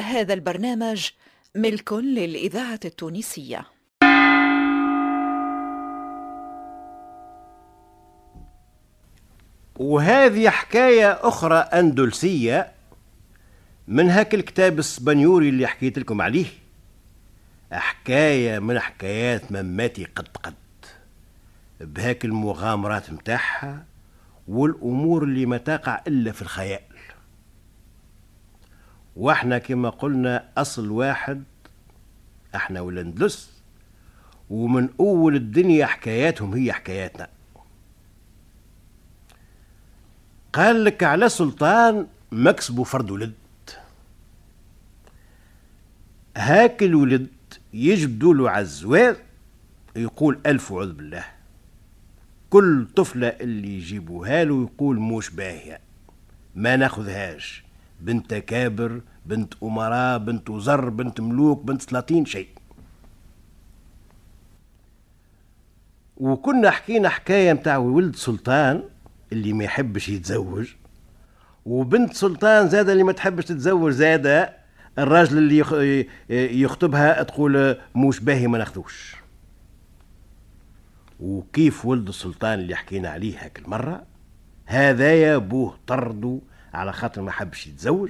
هذا البرنامج ملك للإذاعة التونسية. وهذه حكاية أخرى أندلسية من هاك الكتاب السبانيوري اللي حكيت لكم عليه. حكاية من حكايات مماتي قد بهاك المغامرات متاعها والأمور اللي ما تقع إلا في الخيال. واحنا كما قلنا أصل واحد، احنا والأندلس، ومن أول الدنيا حكاياتهم هي حكاياتنا. قال لك على سلطان مكسبه فرد ولد. هاك الولد يجبدوا له عالزواج، يقول ألف أعوذ بالله. كل طفلة اللي يجيبوها له يقول موش باهية، ما ناخذهاش، بنت كابر، بنت أمراء، بنت وزر، بنت ملوك، بنت سلاطين، شيء. وكنا حكينا حكاية متاع ولد سلطان اللي ما يحبش يتزوج، وبنت سلطان زادة اللي ما تحبش تتزوج، زادة الراجل اللي يخطبها تقول موش باهي ما ناخذوش. وكيف ولد السلطان اللي حكينا عليه هاك المرة، هذايا بوه طردوا على خاطر ما حبش يتزوج.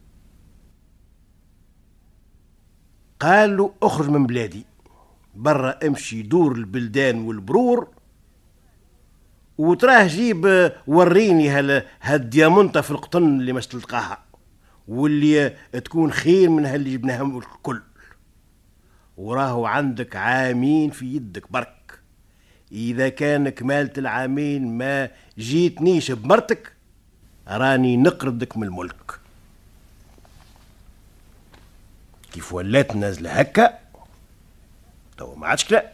قال له اخرج من بلادي، برا امشي دور البلدان والبرور، وتراه جيب وريني هالديامونتا في القطن اللي مش تلقاها، واللي تكون خير من هاللي جبناها الكل. وراه عندك عامين في يدك برك، إذا كان كمالة العامين ما جيتنيش بمرتك راني نقردك من الملك. كيف ولات نازلة هكا تو ما عادش كلا.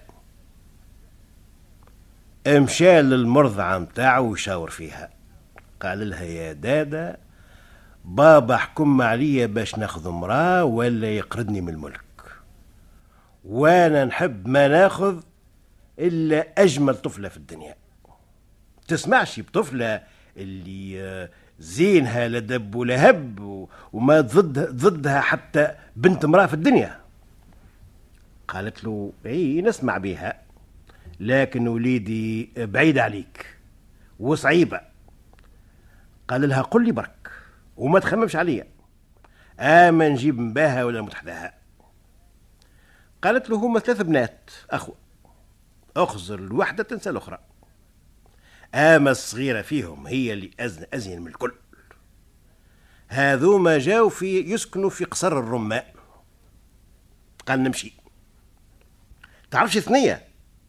امشى للمرضعة متاعه ويشاور فيها، قال لها يا دادا بابا حكم عليا باش ناخذ امرأة ولا يقردني من الملك، وانا نحب ما ناخذ الا اجمل طفلة في الدنيا. تسمعش بطفلة اللي زينها لا دب ولا هب وما ضدها حتى بنت امرأة في الدنيا. قالت له اي نسمع بيها، لكن وليدي بعيد عليك وصعيبة. قال لها قل لي برك وما تخممش عليا، اما نجيب مباها ولا متحداها. قالت له هما 3 بنات اخوة، اخزر الوحدة تنسى الاخرى، اما الصغيرة فيهم هي اللي ازين من الكل. هذوما جاو يسكنوا في قصر الرمان. قال نمشي. تعرفش ثنية؟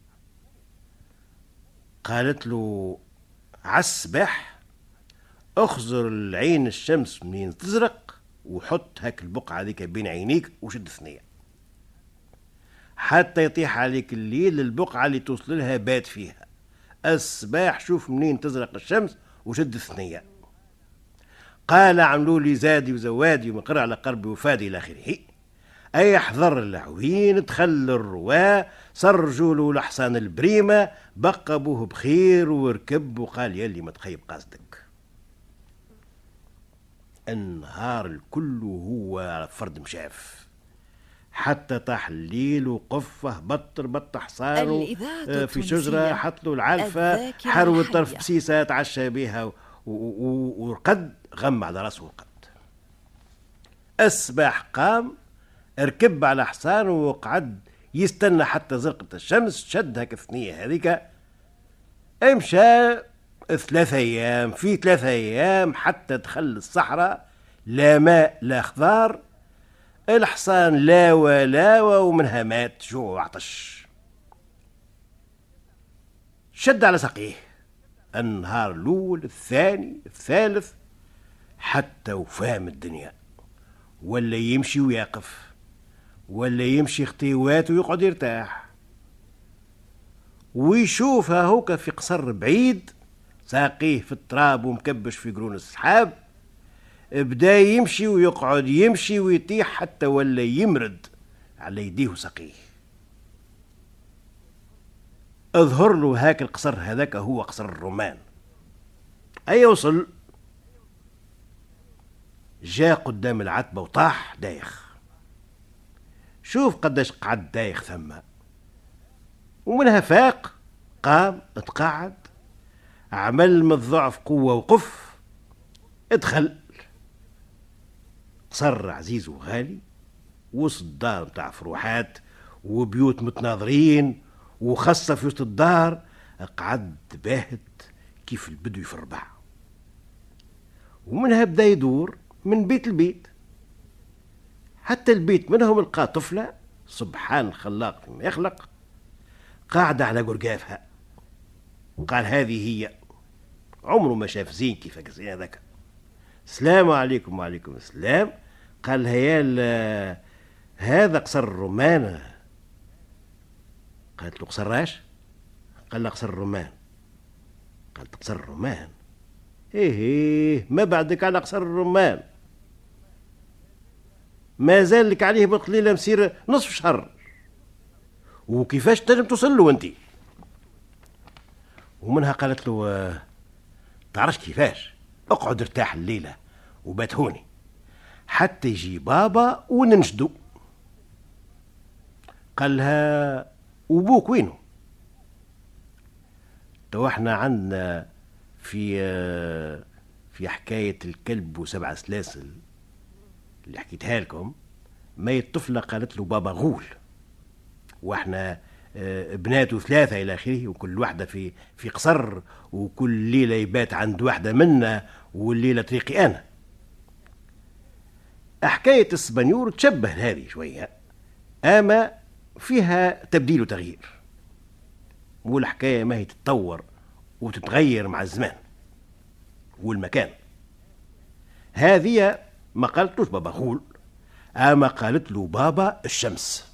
قالت له عالصباح اخزر العين الشمس منين تزرق وحط هاك البقعة هذيك بين عينيك وشد ثنية، حتى يطيح عليك الليل البقعة اللي توصل لها بات فيها. الصباح شوف منين تزرق الشمس وشد ثنية. قال عملوا لي زادي وزوادي ومقر على قربي وفادي إلى آخره. أي احذر العوين تخل الرواه، سرجوا له لحصان البريمة، بقى بوه بخير وركب وقال يلي ما تخيب قصدك. النهار الكل هو فرد مشاف، حتى طاح الليل وقفه بط حصانه في شجرة، حط له العلفة، حرو الطرف بسيسة تعشى بها ورقد، غم على راسه ورقد. الصباح قام ركب على حصانه وقعد يستنى حتى زرقت الشمس، شد هاك الثنية هذيك. امشى 3 أيام في 3 أيام حتى دخل الصحراء، لا ماء لا خضار، الحصان لاوى ومنها مات جوع وعطش. شد على ساقيه النهار الأول الثاني الثالث حتى وفام الدنيا، ولا يمشي ويقف، ولا يمشي خطيوات ويقعد يرتاح. ويشوفها هوكا في قصر بعيد، ساقيه في التراب ومكبش في قرون السحاب، بدا يمشي ويقعد يمشي ويطيح حتى ولا يمرد على يديه وساقيه. اظهر له هاك القصر هذاك هو قصر الرومان. أي وصل جاء قدام العتبة وطاح دايخ. شوف قداش قعد دايخ ثم، ومنها فاق، قام اتقعد، عمل من الضعف قوة وقف، ادخل قصر عزيز وغالي، وسط الدار متاع فروحات وبيوت متناظرين، وخاصة في وسط الدار قعد باهت كيف البدوي في الربع. ومنها بدا يدور من بيت لبيت، حتى البيت منهم لقى طفلة سبحان الخلاق فيما يخلق قاعدة على قرقافها. قال هذه هي، عمره ما شاف زين كيف زين هذاك. السلام عليكم. وعليكم السلام. قال هيا هذا قصر الرمان. قالت له قصراش؟ قال له قصر الرمان. قالت قصر الرمان؟ ايه ما بعدك على قصر الرمان، ما زال لك عليه بالقليلة مسير نصف شهر، وكيفاش تنجم توصل له انت؟ ومنها قالت له تعرفش كيفاش، اقعد ارتاح الليلة وبات هوني حتى يجي بابا وننشدو. قال لها وبوك وينه؟ تو احنا عندنا في حكاية الكلب وسبع سلاسل اللي حكيتها لكم، ما الطفلة قالت له بابا غول، واحنا بناته ثلاثة إلى آخره، وكل واحدة في قصر، وكل ليلة يبات عند واحدة منا، والليلة طريقي أنا. حكاية السبانيور تشبه هذه شوية، أما فيها تبديل وتغيير، والحكاية ما هي تتطور وتتغير مع الزمان والمكان. هذه ما قالتلوش بابا غول، أما قالت له بابا الشمس.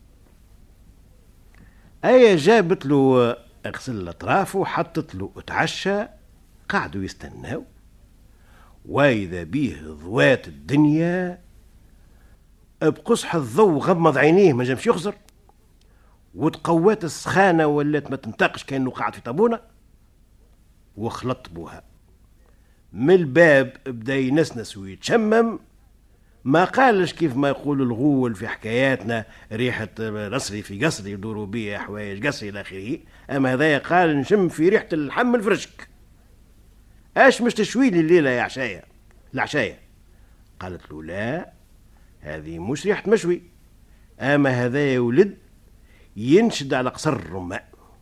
أي جابت له اغسل الأطراف وحطت له اتعشى، قعدوا يستناو، وإذا بيه ضوات الدنيا بقصح الضوء غمض عينيه ما جامش يخزر، وتقوات السخانة ولات ما تنطقش كأنه قاعد في طابونة، وخلط بوها من الباب بدا ينسنس ويتشمم. ما قالش كيف ما يقول الغول في حكاياتنا ريحة رسري في قصري يدوروا بيه حوايج قصري إلى آخره، أما هذايا قال نشم في ريحة اللحم الفرشك. اش مش تشويلي الليلة يا عشاية العشاية؟ قالت له لا، هذه مش ريحة مشوي، أما هذايا ولد ينشد على قصر الرمان،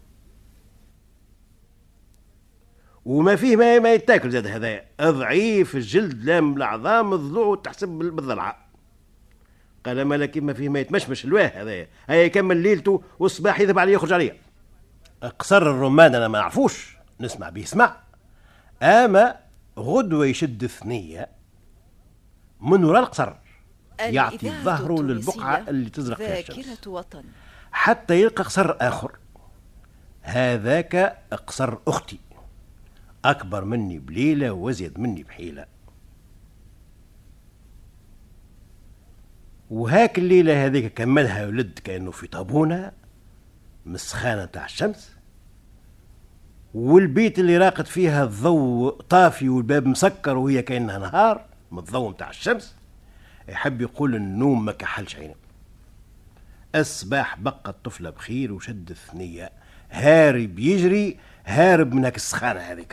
وما فيه ما يتاكل زاد، هذايا ضعيف الجلد لام العظام الضلوع تحسب بالضلعه. قال ما لكن ما فيه ما يتمشمش الواه، هذايا هيا يكمل ليلته والصباح يذهب عليه يخرج عليه. قصر الرمان انا ما نعرفوش، نسمع به اسمع، اما غدوه يشد ثنيه من وراء القصر يعطي ظهره للبقعه اللي تزرق فيها الشمس حتى يلقى قصر اخر. هذاك قصر اختي، أكبر مني بليلة وزيد مني بحيلة. وهاك الليلة هذيك كملها ولد كأنه في طابونة مسخانة تاع الشمس، والبيت اللي راقد فيها الضوء طافي والباب مسكر وهي كأنها نهار من الضوء تاع الشمس، يحب يقول النوم ما كحلش عينه. الصباح بقى الطفلة بخير وشد الثنية، هارب يجري هارب من هاك السخانة هذيك،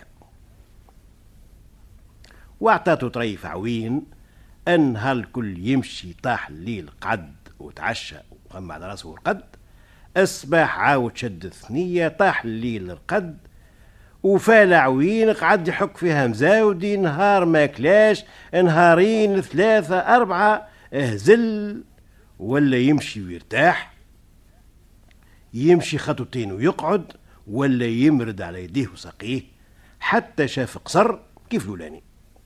واعطاته طريف عوين ان هالكل يمشي. طاح الليل قعد وتعشى وغمى على راسه ورقد، الصباح عاود شد الثنية، طاح الليل رقد، وفال عوين قعد يحك فيها مزاودي، نهار ما كلاش، نهارين ثلاثة أربعة اهزل، ولا يمشي ويرتاح، يمشي خطوتين ويقعد، ولا يمرد على يديه وساقيه، حتى شاف قصر كيف لولاني.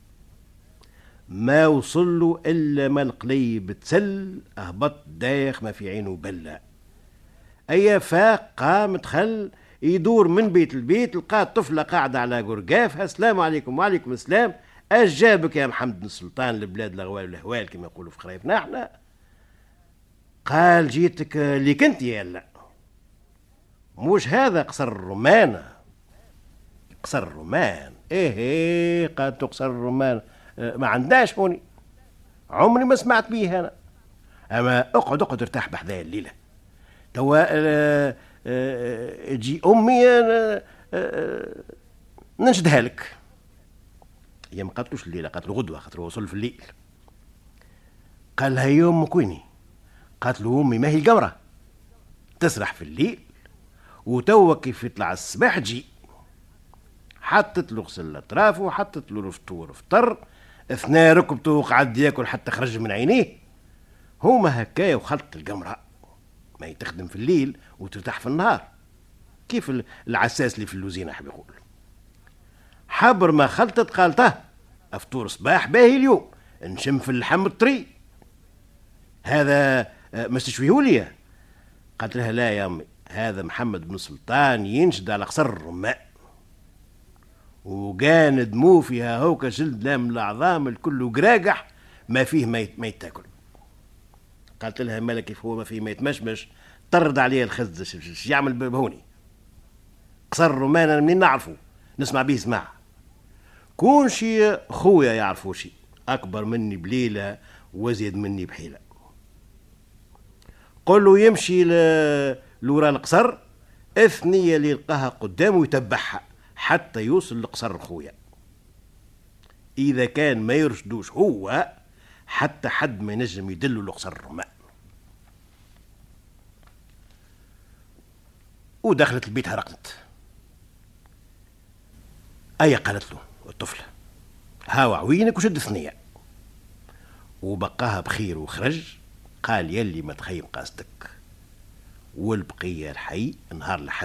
ما وصل له إلا ما القليب تسل، أهبط دايخ ما في عينه بلة. أي فاق قام دخل يدور من بيت البيت، لقى الطفلة قاعدة على قرقافها. السلام عليكم. وعليكم السلام. اش جابك يا محمد بن سلطان البلاد الأغوال والأهوال كما يقولوا في خرايفنا احنا؟ قال جيتك اللي كنت يا لا، مش هذا قصر الرمان؟ قصر الرمان؟ ايه قالت قصر الرمان ما عندهاش هوني. عمري ما سمعت بيه أنا. أما اقعد ارتاح بحذايا الليلة. توا تجي أمي ننشدها لك. هي ما قالتلوش الليلة، قالت له غدوة خاطر وصل في الليل. قال لها يا أمك ويني؟ قالت له أمي ما هي القمرة تسرح في الليل وتوا كيف يطلع الصباح تجي. حطت له غسل الاطراف وحطت له الفطور فطر، اثناء ركبته وقعد ياكل حتى خرج من عينيه. هما هكايا وخلط القمرة ما يتخدم في الليل وترتاح في النهار، كيف العساس اللي في اللوزينة حب يقول. حبر ما خلطت قالته افطور صباح باهي اليوم نشم في اللحم الطري، هذا ما تشويهولي؟ قالت لها لا يا امي، هذا محمد بن سلطان ينشد على قصر الرمان وكان دمو فيها هوكا جلد لام العظام الكل قراقح ما فيه ما يتاكل. قالت لها مالك كيف هو ما فيه ما يتمشمش؟ طرد عليه الخز شو يعمل بهوني؟ قصر الرمان انا منين نعرفه؟ نسمع به سماع، كون شي خويا يعرفوا شي اكبر مني بليله وزيد مني بحيله. قل له يمشي لورا القصر، الثنيه اللي يلقاها قدامه يتبعها حتى يوصل لقصر خويا. اذا كان ما يرشدوش هو حتى حد ما ينجم يدله لقصر الرمان. ودخلت البيت هرقت. اي قالت له الطفله هاو عوينك وشد ثنيه، وبقاها بخير وخرج. قال يلي ما تخيم قاصدك، والبقيه الحي نهار لحد.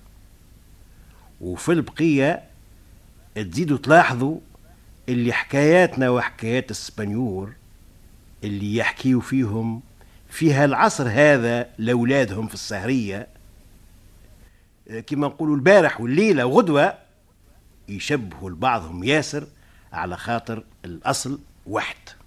وفي البقيه تزيدوا تلاحظوا اللي حكاياتنا وحكايات السبانيور اللي يحكيوا فيهم فيها العصر هذا لأولادهم في السهرية كما نقولوا البارح والليلة وغدوة، يشبهوا لبعضهم ياسر على خاطر الأصل واحد.